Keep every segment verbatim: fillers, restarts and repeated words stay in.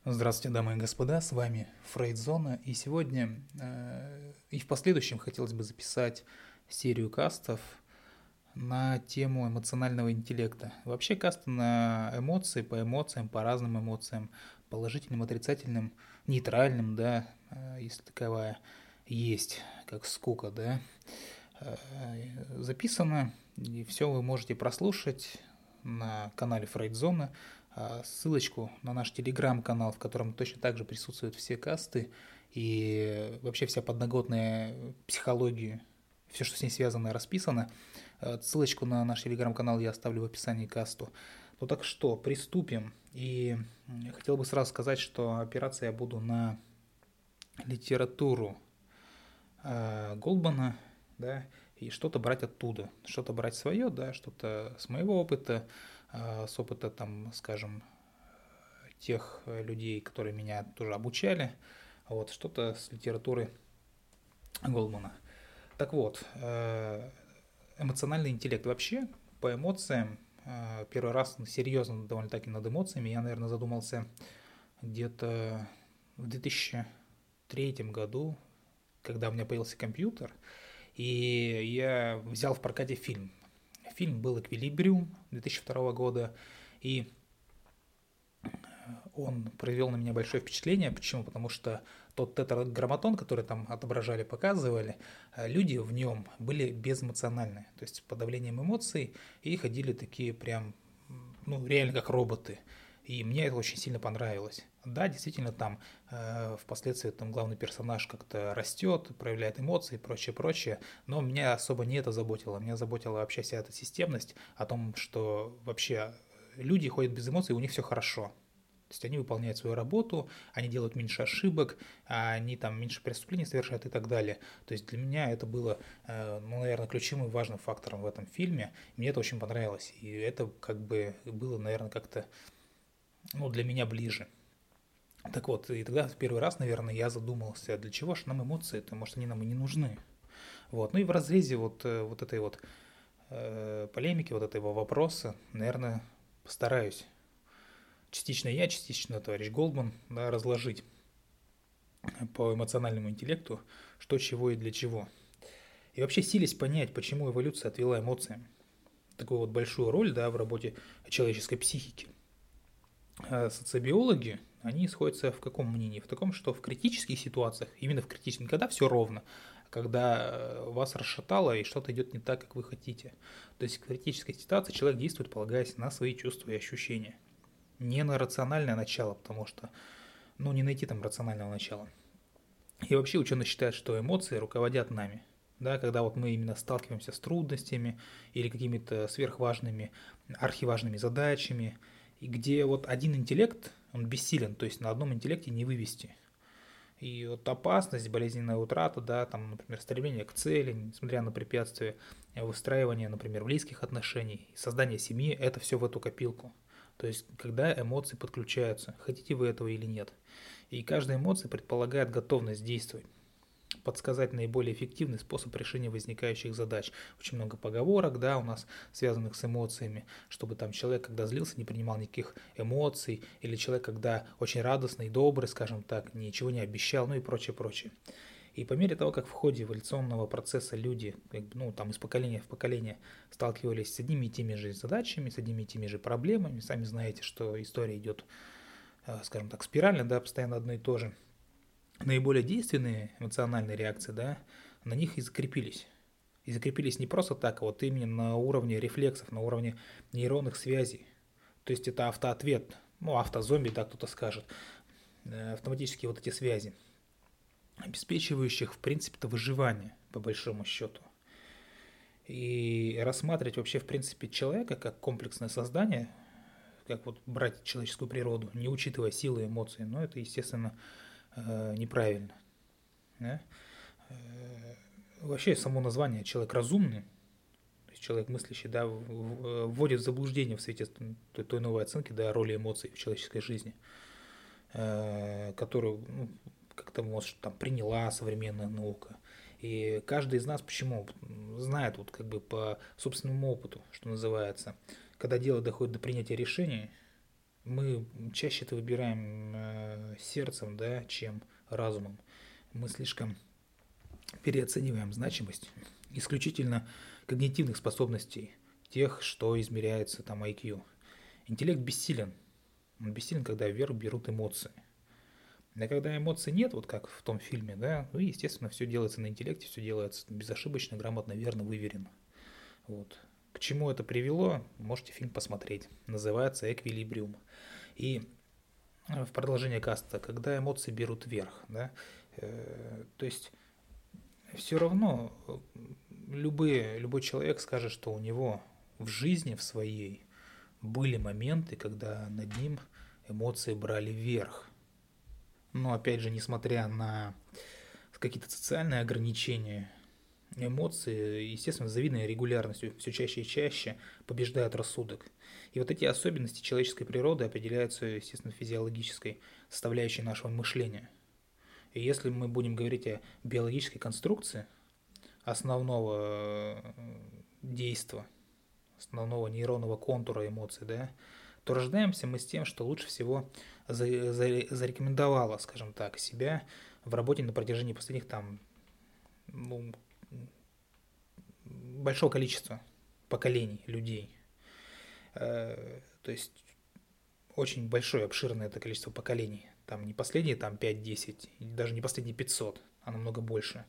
Здравствуйте, дамы и господа, с вами Фрейдзона, и сегодня э, и в последующем хотелось бы записать серию кастов на тему эмоционального интеллекта. Вообще касты на эмоции, по эмоциям, по разным эмоциям, положительным, отрицательным, нейтральным, да, э, если таковая есть, как скука, да, э, записано, и все вы можете прослушать на канале Фрейдзона. Ссылочку на наш телеграм-канал, в котором точно так же присутствуют все касты и вообще вся подноготная психология, все, что с ней связано, расписано. Ссылочку на наш телеграм-канал я оставлю в описании к касту. Ну так что, приступим. И хотел бы сразу сказать, что опираться я буду на литературу Голдмана, да, и что-то брать оттуда, что-то брать свое, да, что-то с моего опыта, с опыта, там, скажем, тех людей, которые меня тоже обучали, вот, что-то с литературы Голдмана. Так вот, эмоциональный интеллект вообще по эмоциям, первый раз серьезно довольно-таки над эмоциями я, наверное, задумался где-то в две тысячи третьем году, когда у меня появился компьютер, и я взял в прокате фильм. Фильм был «Эквилибриум» две тысячи второго года, и он произвел на меня большое впечатление. Почему? Потому что тот тетраграмматон, который там отображали, показывали, люди в нем были безэмоциональны, то есть с подавлением эмоций, и ходили такие прям, ну, реально как роботы. И мне это очень сильно понравилось. Да, действительно, там э, впоследствии там главный персонаж как-то растет, проявляет эмоции и прочее, прочее, но меня особо не это заботило. Меня заботила вообще вся эта системность о том, что вообще люди ходят без эмоций, и у них все хорошо. То есть они выполняют свою работу, они делают меньше ошибок, они там меньше преступлений совершают и так далее. То есть для меня это было, ну, наверное, ключевым и важным фактором в этом фильме. Мне это очень понравилось. И это как бы было, наверное, как-то, ну, для меня ближе. Так вот, и тогда в первый раз, наверное, я задумался, для чего же нам эмоции-то, может, они нам и не нужны. Вот. Ну и в разрезе вот, вот этой вот э, полемики, вот этого вопроса, наверное, постараюсь частично я, частично товарищ Голдман, да, разложить по эмоциональному интеллекту, что, чего и для чего. И вообще силясь понять, почему эволюция отвела эмоциям такую вот большую роль, да, в работе человеческой психики. А социобиологи, они сходятся в каком мнении? В таком, что в критических ситуациях, именно в критических, когда все ровно, когда вас расшатало и что-то идет не так, как вы хотите. То есть в критической ситуации человек действует, полагаясь на свои чувства и ощущения. Не на рациональное начало, потому что, ну, не найти там рационального начала. И вообще ученые считают, что эмоции руководят нами. Да, когда вот мы именно сталкиваемся с трудностями или какими-то сверхважными, архиважными задачами, и где вот один интеллект, он бессилен, то есть на одном интеллекте не вывести. И вот опасность, болезненная утрата, да, там, например, стремление к цели, несмотря на препятствия, выстраивание, например, близких отношений, создание семьи, это все в эту копилку. То есть, когда эмоции подключаются, хотите вы этого или нет. И каждая эмоция предполагает готовность действовать, подсказать наиболее эффективный способ решения возникающих задач. Очень много поговорок, да, у нас связанных с эмоциями, чтобы там человек, когда злился, не принимал никаких эмоций, или человек, когда очень радостный, добрый, скажем так, ничего не обещал, ну и прочее, прочее. И по мере того, как в ходе эволюционного процесса люди, ну, там из поколения в поколение сталкивались с одними и теми же задачами, с одними и теми же проблемами, сами знаете, что история идет, скажем так, спирально, да, постоянно одно и то же, наиболее действенные эмоциональные реакции, да, на них и закрепились. И закрепились не просто так, а вот именно на уровне рефлексов, на уровне нейронных связей. То есть это автоответ, ну, автозомби, да, кто-то скажет, автоматические вот эти связи, обеспечивающих, в принципе-то, выживание, по большому счету. И рассматривать вообще, в принципе, человека как комплексное создание, как вот брать человеческую природу, не учитывая силы эмоций, ну, это, естественно, неправильно. Да? Вообще само название «человек разумный», то есть человек мыслящий, да, вводит в заблуждение в свете той новой оценки, да, роли эмоций в человеческой жизни, которую, ну, как-то, может, там приняла современная наука. И каждый из нас почему знает вот как бы по собственному опыту, что называется, когда дело доходит до принятия решений, Мы чаще это выбираем э, сердцем, да, чем разумом. Мы слишком переоцениваем значимость исключительно когнитивных способностей, тех, что измеряется там ай кью. Интеллект бессилен. Он бессилен, когда вверх берут эмоции. А когда эмоций нет, вот как в том фильме, да, ну, естественно, все делается на интеллекте, все делается безошибочно, грамотно, верно, выверено. Вот. К чему это привело, можете фильм посмотреть. Называется «Эквилибриум». И в продолжение каста, когда эмоции берут вверх, да, э, то есть все равно любые, любой человек скажет, что у него в жизни в своей были моменты, когда над ним эмоции брали вверх. Но опять же, несмотря на какие-то социальные ограничения, эмоции, естественно, с завидной регулярностью все чаще и чаще побеждают рассудок. И вот эти особенности человеческой природы определяются, естественно, физиологической составляющей нашего мышления. И если мы будем говорить о биологической конструкции основного действия, основного нейронного контура эмоций, да, то рождаемся мы с тем, что лучше всего за, за, зарекомендовала, скажем так, себя в работе на протяжении последних там ну, большого количества поколений людей. Э, то есть очень большое, обширное это количество поколений. Там не последние там пять-десять, даже не последние пятьсот, а намного больше.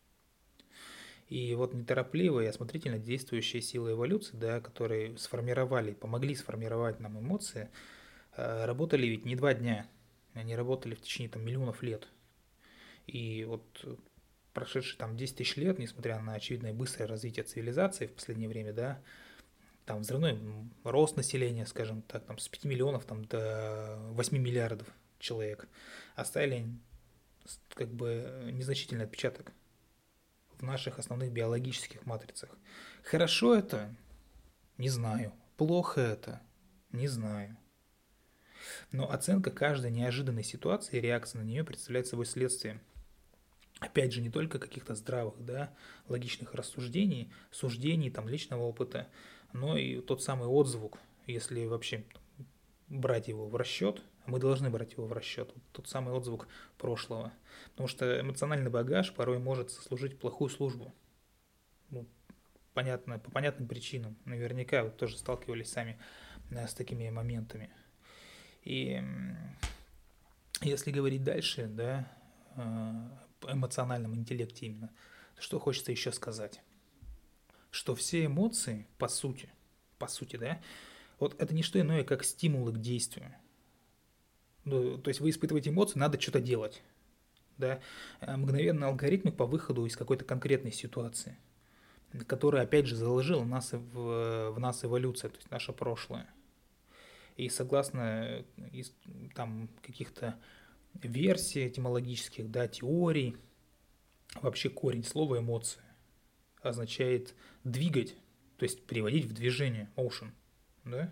И вот неторопливые, осмотрительно действующие силы эволюции, да, которые сформировали, помогли сформировать нам эмоции, работали ведь не два дня, они работали в течение там, миллионов лет. И вот прошедшие там десять тысяч лет, несмотря на очевидное быстрое развитие цивилизации в последнее время, да, там взрывной рост населения, скажем так, там с пяти миллионов там, до восьми миллиардов человек, оставили как бы незначительный отпечаток в наших основных биологических матрицах. Хорошо это? Не знаю. Плохо это? Не знаю. Но оценка каждой неожиданной ситуации и реакция на нее представляет собой следствие. Опять же, не только каких-то здравых, да, логичных рассуждений, суждений, там, личного опыта, но и тот самый отзвук, если вообще брать его в расчет, мы должны брать его в расчет, тот самый отзвук прошлого. Потому что эмоциональный багаж порой может сослужить плохую службу. Ну, понятно, по понятным причинам. Наверняка вы тоже сталкивались сами с такими моментами. И если говорить дальше, да, о эмоциональном интеллекте именно, что хочется еще сказать? Что все эмоции, по сути, по сути, да, вот это не что иное, как стимулы к действию. Ну, то есть вы испытываете эмоции, надо что-то делать. Да? Мгновенные алгоритмы по выходу из какой-то конкретной ситуации, которая, опять же, заложила в нас, в, в нас эволюция, то есть наше прошлое. И согласно из, там, каких-то версий этимологических, да, теорий, вообще корень слова эмоции означает двигать, то есть приводить в движение, motion, да?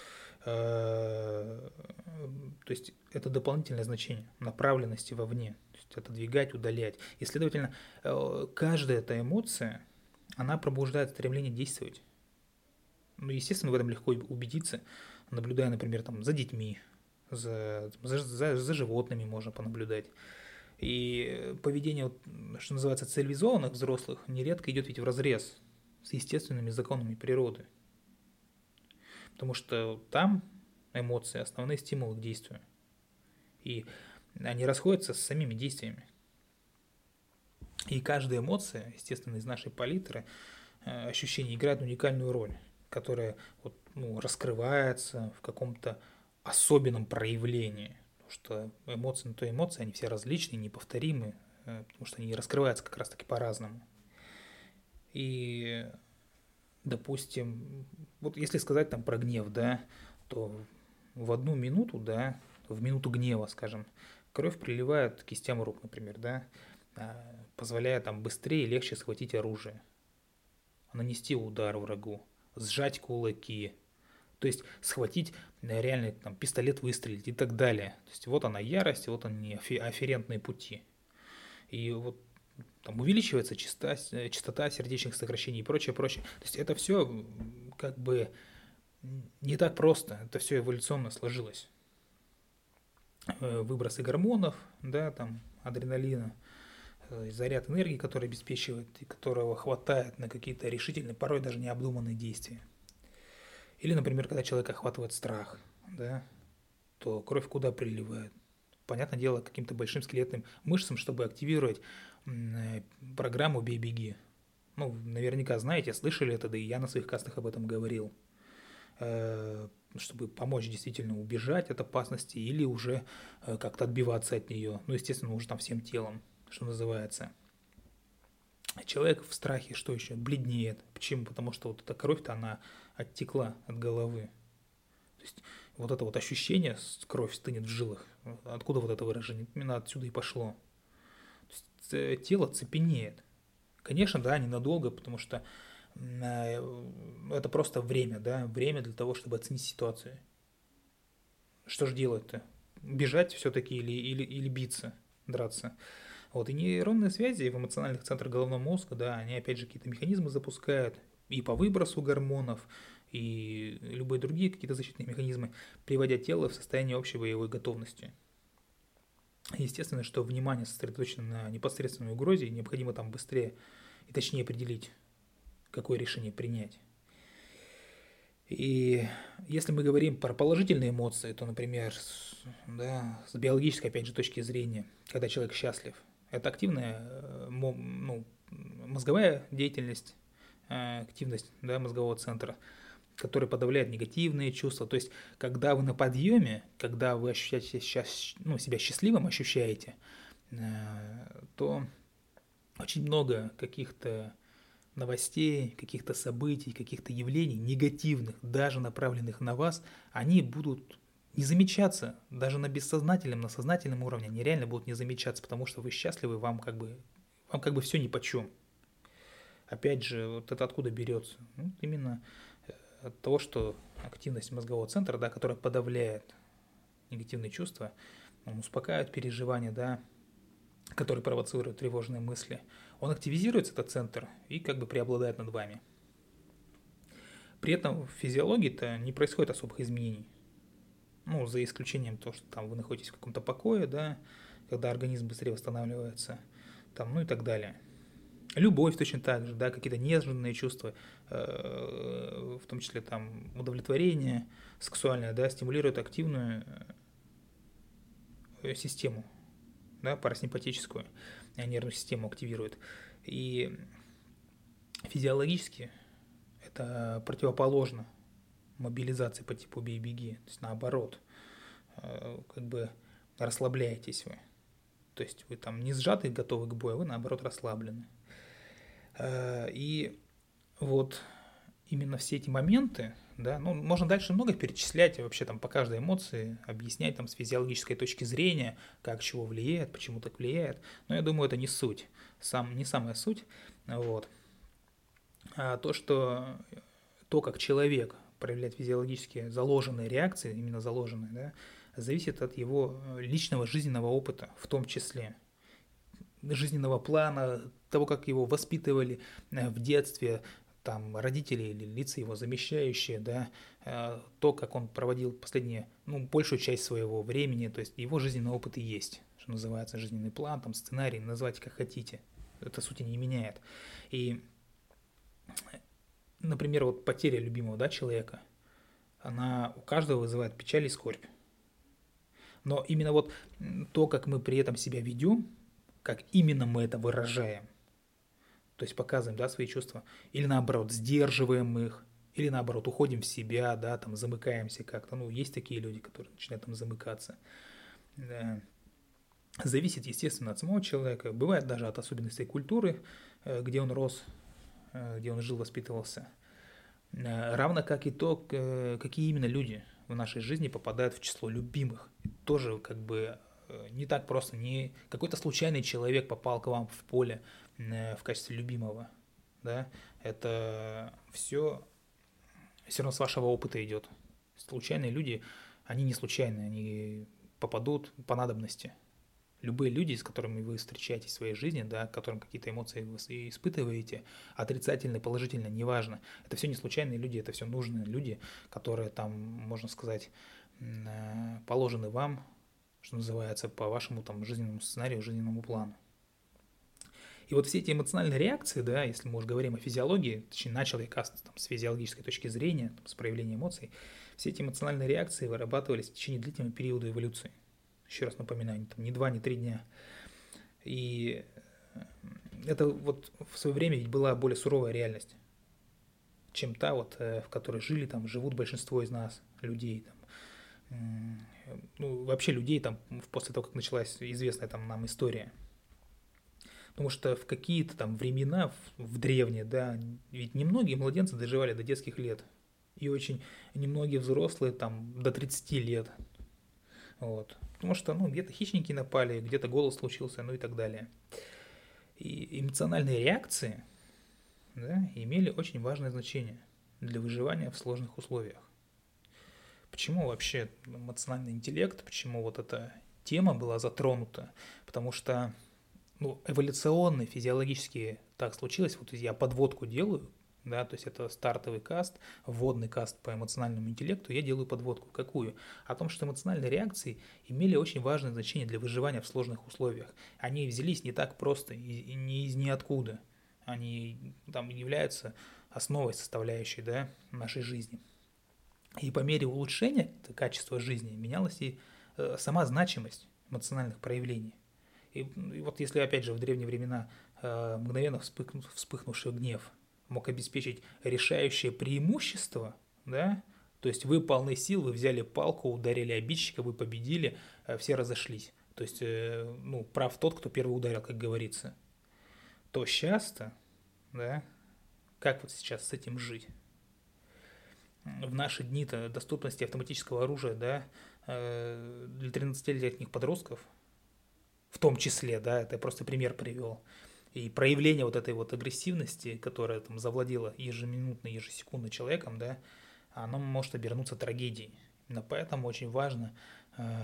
То есть это дополнительное значение направленности вовне, то есть отодвигать, удалять. И, следовательно, каждая эта эмоция, она пробуждает стремление действовать. Ну, естественно, в этом легко убедиться, наблюдая, например, там, за детьми, за, за, за, за животными можно понаблюдать. И поведение, вот, что называется, цивилизованных взрослых нередко идет ведь вразрез с естественными законами природы. Потому что там эмоции – основные стимулы к действию. И они расходятся с самими действиями. И каждая эмоция, естественно, из нашей палитры ощущений играет уникальную роль, которая вот, ну, раскрывается в каком-то особенном проявлении. Потому что эмоции на то эмоции, они все различные, неповторимые, потому что они раскрываются как раз-таки по-разному. И допустим, вот если сказать там про гнев, да, то в одну минуту, да, в минуту гнева, скажем, кровь приливает к кистям рук, например, да, позволяя там быстрее и легче схватить оружие, нанести удар врагу, сжать кулаки, то есть схватить реально там пистолет, выстрелить и так далее. То есть вот она ярость, вот они афферентные пути. И вот там увеличивается частота, частота сердечных сокращений и прочее, прочее. То есть это все как бы не так просто, это все эволюционно сложилось. выбросы гормонов, да, там, адреналина, заряд энергии, который обеспечивает и которого хватает на какие-то решительные, порой даже необдуманные действия. Или, например, когда человека охватывает страх, да, то кровь куда приливает? Понятное дело, каким-то большим скелетным мышцам, чтобы активировать программу «Бей-беги». Ну, наверняка знаете, слышали это, да и я на своих кастах об этом говорил. Чтобы помочь действительно убежать от опасности или уже как-то отбиваться от нее. Ну, естественно, уже там всем телом, что называется. Человек в страхе, что еще? Бледнеет. Почему? Потому что вот эта кровь-то, она оттекла от головы. То есть вот это вот ощущение, кровь стынет в жилах, откуда вот это выражение? Именно отсюда и пошло. То есть тело цепенеет. Конечно, да, ненадолго, потому что это просто время, да, время для того, чтобы оценить ситуацию. Что же делать-то? Бежать все-таки или, или, или биться, драться? Вот, и нейронные связи в эмоциональных центрах головного мозга, да, они опять же какие-то механизмы запускают и по выбросу гормонов, и любые другие какие-то защитные механизмы, приводя тело в состояние общей боевой готовности. Естественно, что внимание сосредоточено на непосредственной угрозе, и необходимо там быстрее и точнее определить, какое решение принять. И если мы говорим про положительные эмоции, то, например, да, с биологической, опять же, точки зрения, когда человек счастлив, это активная ну, мозговая деятельность, активность, да, мозгового центра, который подавляет негативные чувства. То есть, когда вы на подъеме, когда вы ощущаете ну, себя счастливым, ощущаете, то очень много каких-то новостей, каких-то событий, каких-то явлений негативных, даже направленных на вас, они будут не замечаться, даже на бессознательном, на сознательном уровне, они реально будут не замечаться, потому что вы счастливы, вам как бы, вам как бы все нипочем. Опять же, вот это откуда берется? Ну, именно от того, что активность мозгового центра, да, которая подавляет негативные чувства, он успокаивает переживания, да, которые провоцируют тревожные мысли, он активизируется, этот центр, и как бы преобладает над вами. При этом в физиологии-то не происходит особых изменений. Ну, за исключением того, что там вы находитесь в каком-то покое, да, когда организм быстрее восстанавливается, там, ну и так далее. Любовь точно так же, да, какие-то нежные чувства, э, в том числе там удовлетворение сексуальное, да, стимулирует активную систему, да, парасимпатическую нервную систему активирует. И физиологически это противоположно мобилизации по типу бей-беги, то есть наоборот, как бы расслабляетесь вы. То есть вы там не сжаты, готовы к бою, вы наоборот расслаблены. И вот именно все эти моменты, да, ну, можно дальше много перечислять, вообще там по каждой эмоции объяснять там с физиологической точки зрения, как чего влияет, почему так влияет, но я думаю, это не суть, сам, не самая суть, вот. А то, что то, как человек проявляет физиологически заложенные реакции, именно заложенные, да, зависит от его личного жизненного опыта, в том числе жизненного плана, того, как его воспитывали в детстве, там, родители или лица его замещающие, да, то, как он проводил последние, ну, большую часть своего времени, то есть его жизненный опыт и есть, что называется, жизненный план, там, сценарий, называйте как хотите, это сути не меняет. И, например, вот потеря любимого, да, человека, она у каждого вызывает печаль и скорбь. Но именно вот то, как мы при этом себя ведем, как именно мы это выражаем, то есть показываем, да, свои чувства, или наоборот сдерживаем их, или наоборот уходим в себя, да, там замыкаемся как-то, ну, есть такие люди, которые начинают там замыкаться. Да. Зависит, естественно, от самого человека, бывает даже от особенностей культуры, где он рос, где он жил, воспитывался, равно как и то, какие именно люди в нашей жизни попадают в число любимых. Тоже как бы не так просто, не какой-то случайный человек попал к вам в поле в качестве любимого, да, это все все равно с вашего опыта идет. Случайные люди, они не случайные, они попадут по надобности. Любые люди, с которыми вы встречаетесь в своей жизни, да, к которым какие-то эмоции вы испытываете, отрицательные, положительные, неважно, это все не случайные люди, это все нужные люди, которые там, можно сказать, положены вам, что называется, по вашему там жизненному сценарию, жизненному плану. И вот все эти эмоциональные реакции, да, если мы уже говорим о физиологии, точнее, начал я каст там, с физиологической точки зрения, там, с проявления эмоций, все эти эмоциональные реакции вырабатывались в течение длительного периода эволюции. Еще раз напоминаю, там, не два, не три дня. И это вот в свое время ведь была более суровая реальность, чем та, вот, в которой жили, там, живут большинство из нас, людей, там, ну, вообще людей, там, после того, как началась известная там, нам история. Потому что в какие-то там времена, в, в древние, да, ведь немногие младенцы доживали до детских лет. И очень немногие взрослые там до тридцати лет. Вот. Потому что, ну, где-то хищники напали, где-то голод случился, ну и так далее. И эмоциональные реакции, да, имели очень важное значение для выживания в сложных условиях. Почему вообще эмоциональный интеллект, почему вот эта тема была затронута? Потому что, ну, эволюционно, физиологически так случилось, вот я подводку делаю, да, то есть это стартовый каст, вводный каст по эмоциональному интеллекту, я делаю подводку. Какую? О том, что эмоциональные реакции имели очень важное значение для выживания в сложных условиях. Они взялись не так просто, и не из ниоткуда. Они там являются основой, составляющей, да, нашей жизни. И по мере улучшения качества жизни менялась и э, сама значимость эмоциональных проявлений. И, и вот если, опять же, в древние времена э, мгновенно вспыхну, вспыхнувший гнев мог обеспечить решающее преимущество, да, то есть вы полны сил, вы взяли палку, ударили обидчика, вы победили, э, все разошлись. То есть, э, ну, прав тот, кто первый ударил, как говорится. То сейчас-то, да, как вот сейчас с этим жить? В наши дни-то доступности автоматического оружия, да, э, для тринадцатилетних подростков, в том числе, да, это я просто пример привел, и проявление вот этой вот агрессивности, которая там завладела ежеминутно, ежесекундно человеком, да, оно может обернуться трагедией. Именно поэтому очень важно, э,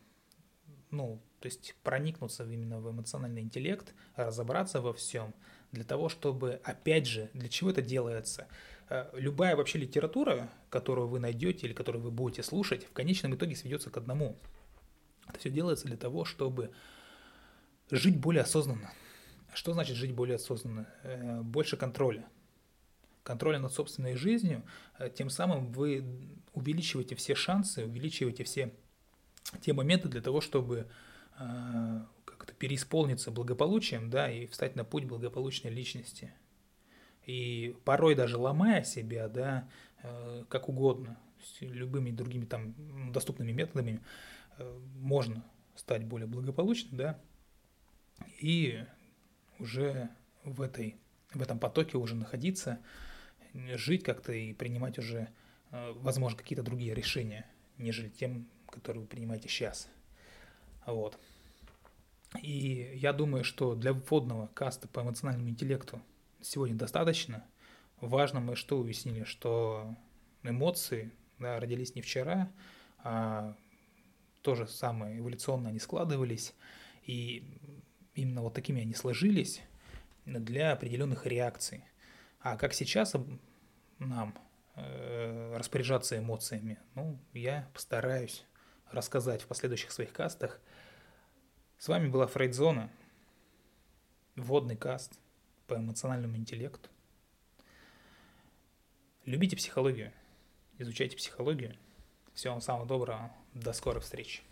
ну, то есть проникнуться именно в эмоциональный интеллект, разобраться во всем, для того, чтобы, опять же, для чего это делается? Любая вообще литература, которую вы найдете или которую вы будете слушать, в конечном итоге сведется к одному. Это все делается для того, чтобы жить более осознанно. Что значит жить более осознанно? Больше контроля. Контроля над собственной жизнью, тем самым вы увеличиваете все шансы, увеличиваете все те моменты для того, чтобы как-то переисполниться благополучием, да, и встать на путь благополучной личности. И порой даже ломая себя, да, как угодно, любыми другими там доступными методами можно стать более благополучным, да, и уже в, этой, в этом потоке уже находиться, жить как-то и принимать уже, возможно, какие-то другие решения, нежели тем, которые вы принимаете сейчас. Вот. И я думаю, что для вводного каста по эмоциональному интеллекту сегодня достаточно. Важно мы что уяснили, что эмоции, да, родились не вчера, а то же самое эволюционно они складывались, и именно вот такими они сложились для определенных реакций. А как сейчас нам э, распоряжаться эмоциями, ну, я постараюсь рассказать в последующих своих кастах. С вами была Фрейдзона, вводный каст по эмоциональному интеллекту. Любите психологию, изучайте психологию. Всего вам самого доброго, до скорых встреч.